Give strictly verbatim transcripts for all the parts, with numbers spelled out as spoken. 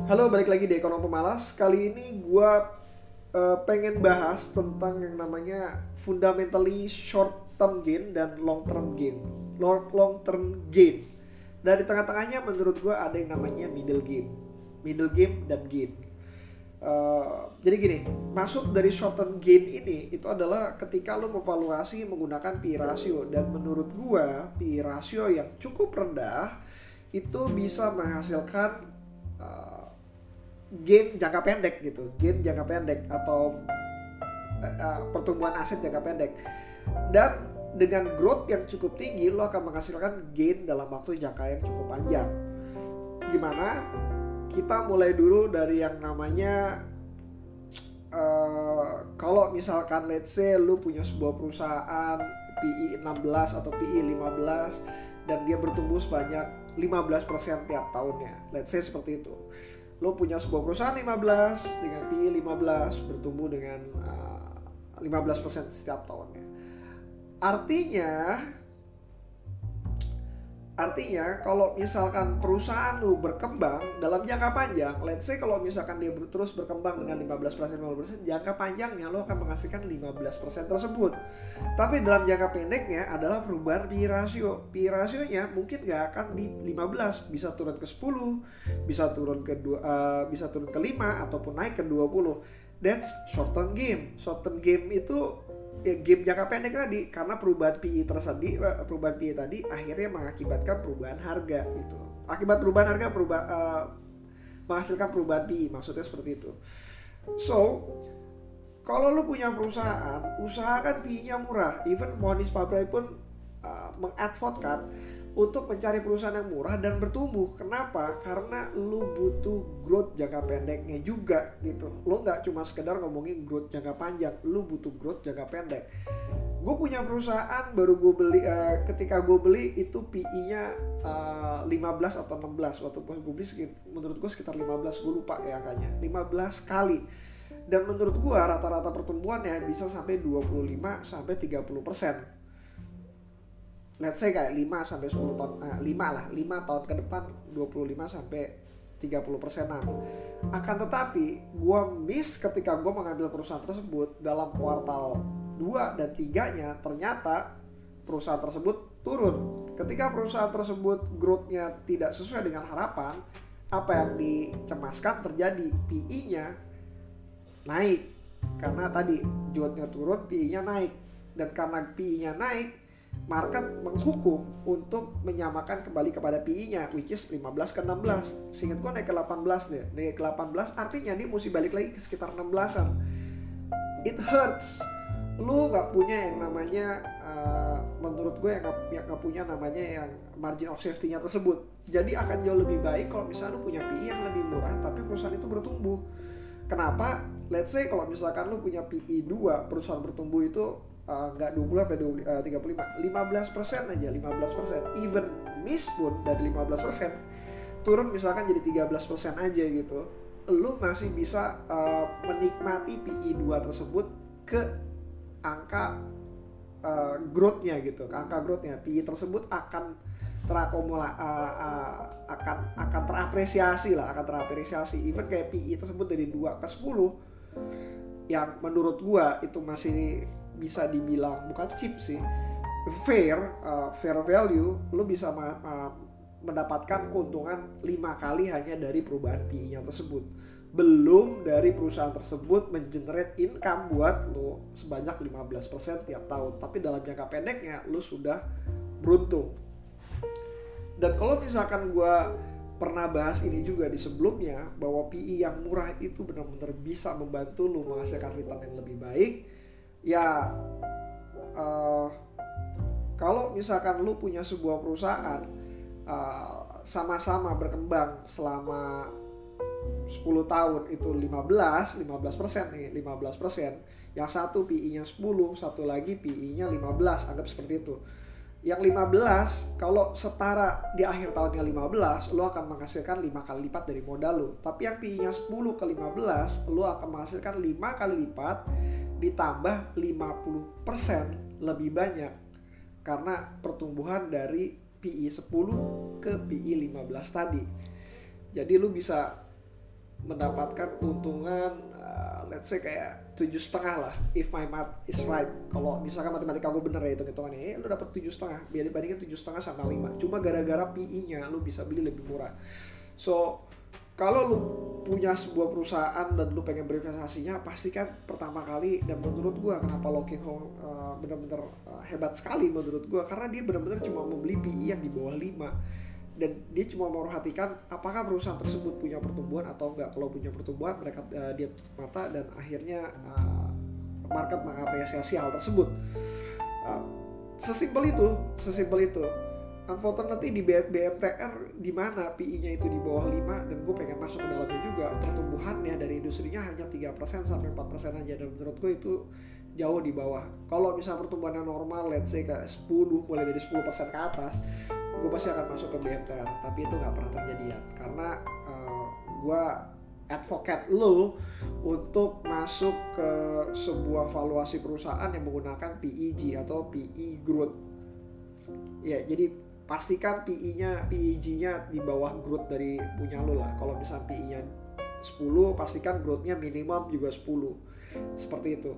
Halo, balik lagi di Ekonom Pemalas. Kali ini gue uh, pengen bahas tentang yang namanya fundamentally short term gain dan long term gain. Long, long term gain. Dan di tengah-tengahnya menurut gue ada yang namanya middle game. Middle game dan gain. Uh, jadi gini, maksud dari short term gain ini itu adalah ketika lo mevaluasi menggunakan P E ratio, dan menurut gue P E ratio yang cukup rendah itu bisa menghasilkan uh, gain jangka pendek gitu, gain jangka pendek atau uh, pertumbuhan aset jangka pendek. Dan dengan growth yang cukup tinggi lo akan menghasilkan gain dalam waktu jangka yang cukup panjang. Gimana? Kita mulai dulu dari yang namanya uh, kalau misalkan let's say lu punya sebuah perusahaan P E enam belas atau P E lima belas dan dia bertumbuh sebanyak lima belas persen tiap tahunnya, let's say seperti itu. Lu punya sebuah perusahaan lima belas dengan P E lima belas bertumbuh dengan uh, lima belas persen setiap tahunnya. Artinya Artinya kalau misalkan perusahaan lu berkembang dalam jangka panjang, let's say kalau misalkan dia ber- terus berkembang dengan lima belas persen lima belas persen, jangka panjangnya lo akan menghasilkan lima belas persen tersebut. Tapi dalam jangka pendeknya adalah perubahan P E ratio. P E rasionya mungkin gak akan di lima belas, bisa turun ke sepuluh, bisa turun ke dua, uh, bisa turun ke lima ataupun naik ke dua puluh. That's short term game. Short term game itu ya game jangka pendek tadi, karena perubahan P E tersebut, perubahan P E tadi akhirnya mengakibatkan perubahan harga gitu. Akibat perubahan harga berubah, uh, menghasilkan perubahan P E, maksudnya seperti itu. So, kalau lu punya perusahaan, usahakan P E-nya murah. Even Monis Pabrai pun uh, mengadvocate untuk mencari perusahaan yang murah dan bertumbuh. Kenapa? Karena lu butuh growth jangka pendeknya juga gitu. Lu nggak cuma sekedar ngomongin growth jangka panjang, lu butuh growth jangka pendek. Gue punya perusahaan baru gue beli, uh, ketika gue beli itu P E-nya uh, lima belas atau enam belas. Waktu gue beli menurut gue sekitar lima belas, gue lupa ya angkanya. lima belas kali. Dan menurut gue rata-rata pertumbuhannya bisa sampai dua puluh lima sampai tiga puluh persen. Let's say kayak lima sampai sepuluh tahun, nah, lima lah, lima tahun ke depan dua puluh lima sampai tiga puluh persenan. Akan tetapi gue miss ketika gue mengambil perusahaan tersebut dalam kuartal dua dan tiga-nya, ternyata perusahaan tersebut turun. Ketika perusahaan tersebut growth-nya tidak sesuai dengan harapan, apa yang dicemaskan terjadi, P E-nya naik. Karena tadi growth-nya turun, P E-nya naik. Dan karena P E-nya naik, market menghukum untuk menyamakan kembali kepada P E-nya, which is lima belas ke enam belas. Seingat gue naik ke delapan belas deh. Naik ke delapan belas artinya dia mesti balik lagi ke sekitar enam belasan. It hurts. Lu gak punya yang namanya, uh, menurut gue yang gak, yang gak punya namanya yang margin of safety-nya tersebut. Jadi akan jauh lebih baik kalau misalnya lu punya P E yang lebih murah tapi perusahaan itu bertumbuh. Kenapa? Let's say kalau misalkan lu punya P E dua, perusahaan bertumbuh itu nggak uh, dua puluh sampai tiga puluh lima, lima belas persen aja, lima belas persen. Even miss pun dari lima belas persen turun misalkan jadi tiga belas persen aja gitu, lu masih bisa uh, menikmati P E dua tersebut ke angka uh, growth-nya gitu, ke angka growth-nya. P E tersebut akan terakumula uh, uh, akan akan terapresiasi lah, akan terapresiasi. Even kayak P E tersebut dari dua ke sepuluh yang menurut gua itu masih bisa dibilang bukan cheap sih, fair, uh, fair value. Lu bisa ma- uh, mendapatkan keuntungan lima kali hanya dari perubahan P E-nya tersebut. Belum dari perusahaan tersebut mengenerate income buat lu sebanyak lima belas persen tiap tahun. Tapi dalam jangka pendeknya lu sudah beruntung. Dan kalau misalkan gue pernah bahas ini juga di sebelumnya, bahwa P E yang murah itu benar-benar bisa membantu lu menghasilkan return yang lebih baik. Ya uh, kalau misalkan lu punya sebuah perusahaan uh, sama-sama berkembang selama sepuluh tahun, itu lima belas persen nih, lima belas persen. Yang satu P E-nya sepuluh, satu lagi P E-nya lima belas, anggap seperti itu. Yang lima belas kalau setara di akhir tahunnya lima belas, lu akan menghasilkan lima kali lipat dari modal lu. Tapi yang P E-nya sepuluh ke lima belas, lu akan menghasilkan lima kali lipat ditambah lima puluh persen lebih banyak karena pertumbuhan dari P E sepuluh ke P E lima belas tadi. Jadi lu bisa mendapatkan keuntungan uh, let's say kayak tujuh setengah lah, if my math is right. Kalau misalkan matematika gue bener ya hitung-hitungannya, eh, lu dapat tujuh setengah, biar dibandingin tujuh setengah sama lima. Cuma gara-gara P E-nya lu bisa beli lebih murah. So kalau lu punya sebuah perusahaan dan lu pengen berinvestasinya, pastikan pertama kali, dan menurut gua kenapa Locking Hong uh, benar-benar uh, hebat sekali menurut gua, karena dia benar-benar cuma mau beli P E yang di bawah lima, dan dia cuma memperhatikan apakah perusahaan tersebut punya pertumbuhan atau enggak. Kalau punya pertumbuhan, mereka uh, dia tutup mata, dan akhirnya uh, market mengapresiasi hal tersebut. Uh, sesimpel itu, sesimpel itu. Unfortunately di B M T R di mana P E-nya itu di bawah lima, dan gue pengen masuk ke dalamnya juga, pertumbuhannya dari industrinya hanya tiga persen sampai empat persen aja, dan menurut gue itu jauh di bawah. Kalau misalnya pertumbuhannya normal, let's say kayak sepuluh, mulai dari sepuluh persen ke atas, gue pasti akan masuk ke B M T R. Tapi itu gak pernah terjadian, karena uh, gue advocate lo untuk masuk ke sebuah valuasi perusahaan yang menggunakan P E G atau P E growth. Ya, jadi pastikan P E-nya, P E G-nya di bawah growth dari punya lo lah. Kalau misalnya P E-nya sepuluh, pastikan growth-nya minimum juga sepuluh. Seperti itu.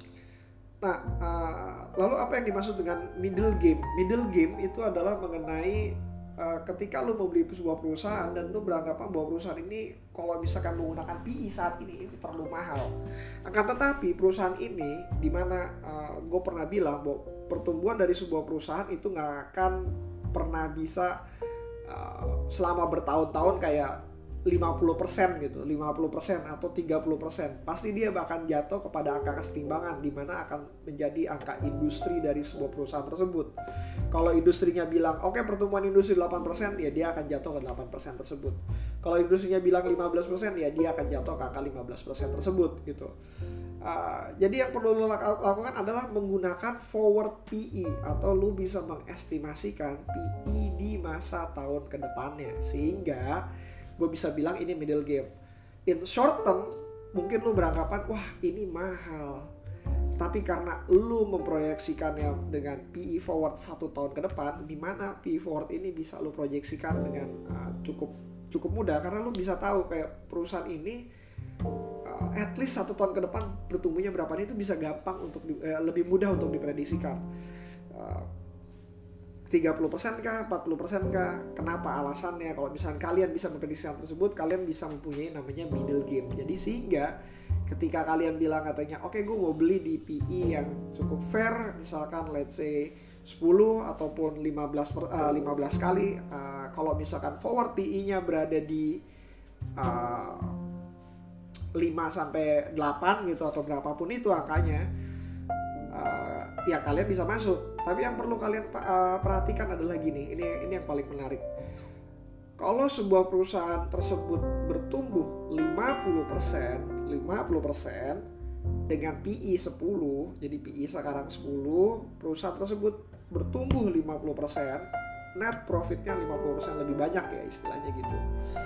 Nah, uh, lalu apa yang dimaksud dengan middle game? Middle game itu adalah mengenai uh, ketika lo mau beli sebuah perusahaan dan lo beranggapan bahwa perusahaan ini kalau misalkan menggunakan P E saat ini ini terlalu mahal. Akan tetapi perusahaan ini, dimana uh, gue pernah bilang bahwa pertumbuhan dari sebuah perusahaan itu nggak akan pernah bisa uh, selama bertahun-tahun kayak lima puluh persen gitu, lima puluh persen atau tiga puluh persen. Pasti dia bahkan jatuh kepada angka kesetimbangan, di mana akan menjadi angka industri dari sebuah perusahaan tersebut. Kalau industrinya bilang oke okay, pertumbuhan industri delapan persen, ya dia akan jatuh ke delapan persen tersebut. Kalau industrinya bilang lima belas persen, ya dia akan jatuh ke angka lima belas persen tersebut gitu. Uh, jadi yang perlu lo lakukan adalah menggunakan forward P E, atau lo bisa mengestimasikan P E di masa tahun ke depannya, sehingga gue bisa bilang ini middle game. In short term mungkin lo beranggapan wah ini mahal, tapi karena lo memproyeksikannya dengan P E forward satu tahun ke depan, di mana P E forward ini bisa lo proyeksikan dengan uh, cukup cukup mudah, karena lo bisa tahu kayak perusahaan ini at least satu tahun ke depan bertumbuhnya berapa, itu bisa gampang untuk di, eh, lebih mudah untuk diprediksikan. uh, tiga puluh persen kah, empat puluh persen kah, kenapa alasannya. Kalau misalnya kalian bisa memprediksi hal tersebut, kalian bisa mempunyai namanya middle game. Jadi sehingga ketika kalian bilang katanya oke okay, gue mau beli di P E yang cukup fair, misalkan let's say sepuluh ataupun lima belas, per, uh, lima belas kali, uh, kalau misalkan forward P E-nya berada di uh, lima sampai delapan gitu atau berapapun itu angkanya, uh, ya kalian bisa masuk. Tapi yang perlu kalian uh, perhatikan adalah gini, ini ini yang paling menarik. Kalau sebuah perusahaan tersebut bertumbuh lima puluh persen, lima puluh persen dengan P E sepuluh, jadi P E sekarang sepuluh, perusahaan tersebut bertumbuh lima puluh persen, net profitnya lima puluh persen lebih banyak ya istilahnya gitu.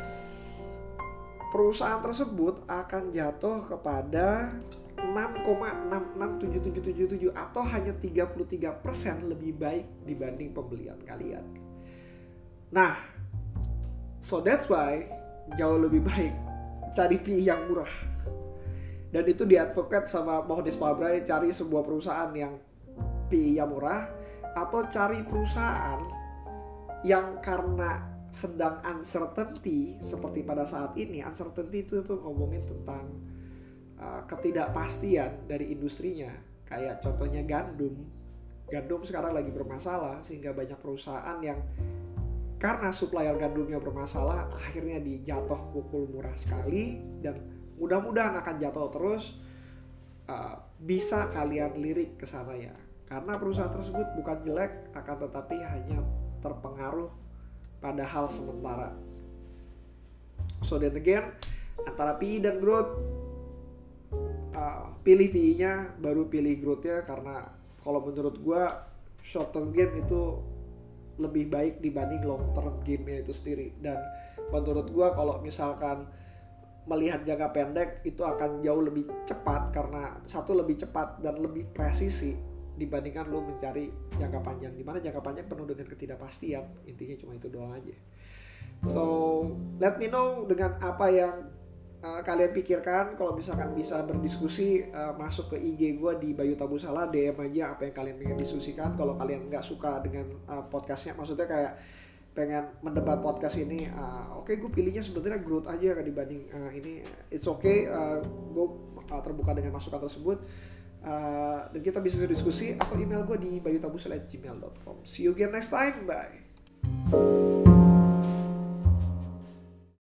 Perusahaan tersebut akan jatuh kepada enam koma enam enam tujuh tujuh tujuh tujuh atau hanya tiga puluh tiga persen lebih baik dibanding pembelian kalian. Nah, so that's why jauh lebih baik cari P E yang murah. Dan itu diadvocate sama Mohdis Pabrai, cari sebuah perusahaan yang P E yang murah, atau cari perusahaan yang karena sedang uncertainty seperti pada saat ini. Uncertainty itu tuh ngomongin tentang uh, ketidakpastian dari industrinya. Kayak contohnya gandum. Gandum sekarang lagi bermasalah, sehingga banyak perusahaan yang karena supplier gandumnya bermasalah akhirnya dijatuh pukul murah sekali, dan mudah-mudahan akan jatuh terus. Uh, bisa kalian lirik ke sana ya, karena perusahaan tersebut bukan jelek, akan tetapi hanya terpengaruh pada hal sementara. So then again, antara P E dan growth, uh, pilih P E-nya baru pilih growth-nya, karena kalau menurut gue short term game itu lebih baik dibanding long term game-nya itu sendiri. Dan menurut gue kalau misalkan melihat jangka pendek itu akan jauh lebih cepat, karena satu lebih cepat dan lebih presisi dibandingkan lo mencari jangka panjang, dimana jangka panjang penuh dengan ketidakpastian. Intinya cuma itu doang aja. So let me know dengan apa yang uh, kalian pikirkan. Kalau misalkan bisa berdiskusi, uh, masuk ke I G gue di Bayu Tabusala, D M aja apa yang kalian ingin diskusikan. Kalau kalian nggak suka dengan uh, podcastnya, maksudnya kayak pengen mendebat podcast ini, uh, oke okay, gue pilihnya sebenarnya growth aja kan dibanding uh, ini, it's okay, uh, gue uh, terbuka dengan masukan tersebut, uh, dan kita bisa diskusi, atau email gue di bayutabusala at gmail dot com. See you again next time, bye.